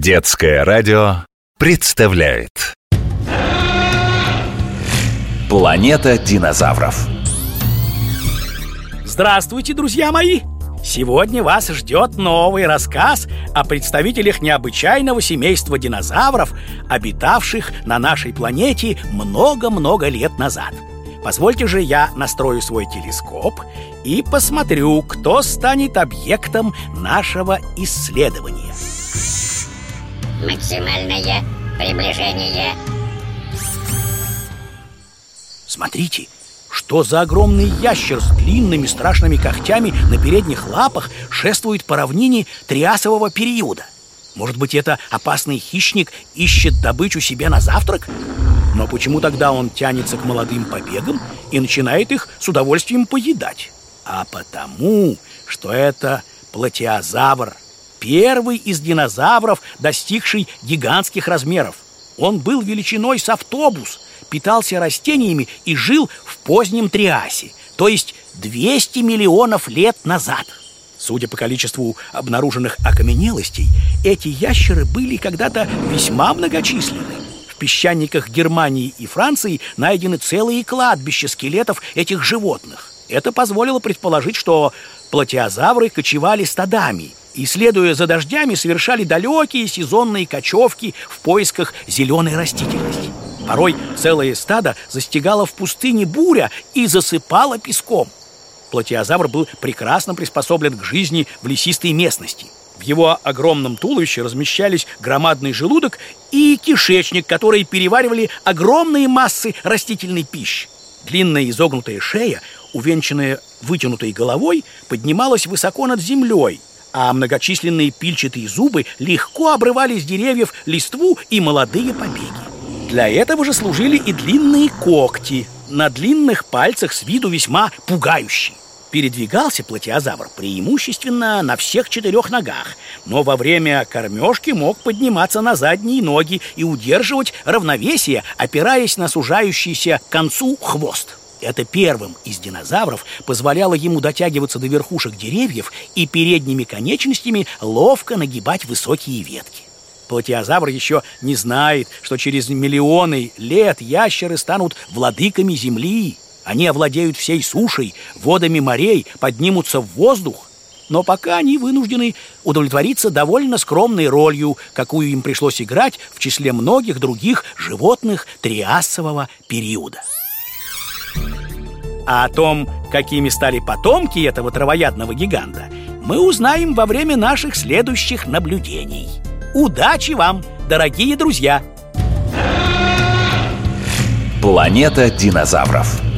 Детское радио представляет Планета динозавров. Здравствуйте, друзья мои! Сегодня вас ждет новый рассказ о представителях необычайного семейства динозавров, обитавших на нашей планете много-много лет назад. Позвольте же я настрою свой телескоп и посмотрю, кто станет объектом нашего исследования. Максимальное приближение. Смотрите, что за огромный ящер с длинными страшными когтями на передних лапах шествует по равнине триасового периода. Может быть, это опасный хищник ищет добычу себе на завтрак? Но почему тогда он тянется к молодым побегам и начинает их с удовольствием поедать? А потому, что это платеозавр, первый из динозавров, достигший гигантских размеров. Он был величиной с автобус, питался растениями и жил в позднем Триасе, то есть 200 миллионов лет назад. Судя по количеству обнаруженных окаменелостей, эти ящеры были когда-то весьма многочисленны. В песчаниках Германии и Франции найдены целые кладбища скелетов этих животных. Это позволило предположить, что платеозавры кочевали стадами и, следуя за дождями, совершали далекие сезонные кочевки в поисках зеленой растительности. Порой целое стадо застигало в пустыне буря и засыпало песком. Платеозавр был прекрасно приспособлен к жизни в лесистой местности. В его огромном туловище размещались громадный желудок и кишечник, которые переваривали огромные массы растительной пищи. Длинная изогнутая шея, увенчанная вытянутой головой, поднималась высоко над землей, а многочисленные пильчатые зубы легко обрывали с деревьев листву и молодые побеги. Для этого же служили и длинные когти, на длинных пальцах с виду весьма пугающие. Передвигался платеозавр преимущественно на всех 4 ногах, но во время кормежки мог подниматься на задние ноги и удерживать равновесие, опираясь на сужающийся к концу хвост. Это первым из динозавров позволяло ему дотягиваться до верхушек деревьев и передними конечностями ловко нагибать высокие ветки. Платеозавр еще не знает, что через миллионы лет ящеры станут владыками Земли. Они овладеют всей сушей, водами морей, поднимутся в воздух. Но пока они вынуждены удовлетвориться довольно скромной ролью, какую им пришлось играть в числе многих других животных триасового периода. А о том, какими стали потомки этого травоядного гиганта, мы узнаем во время наших следующих наблюдений. Удачи вам, дорогие друзья! Планета динозавров.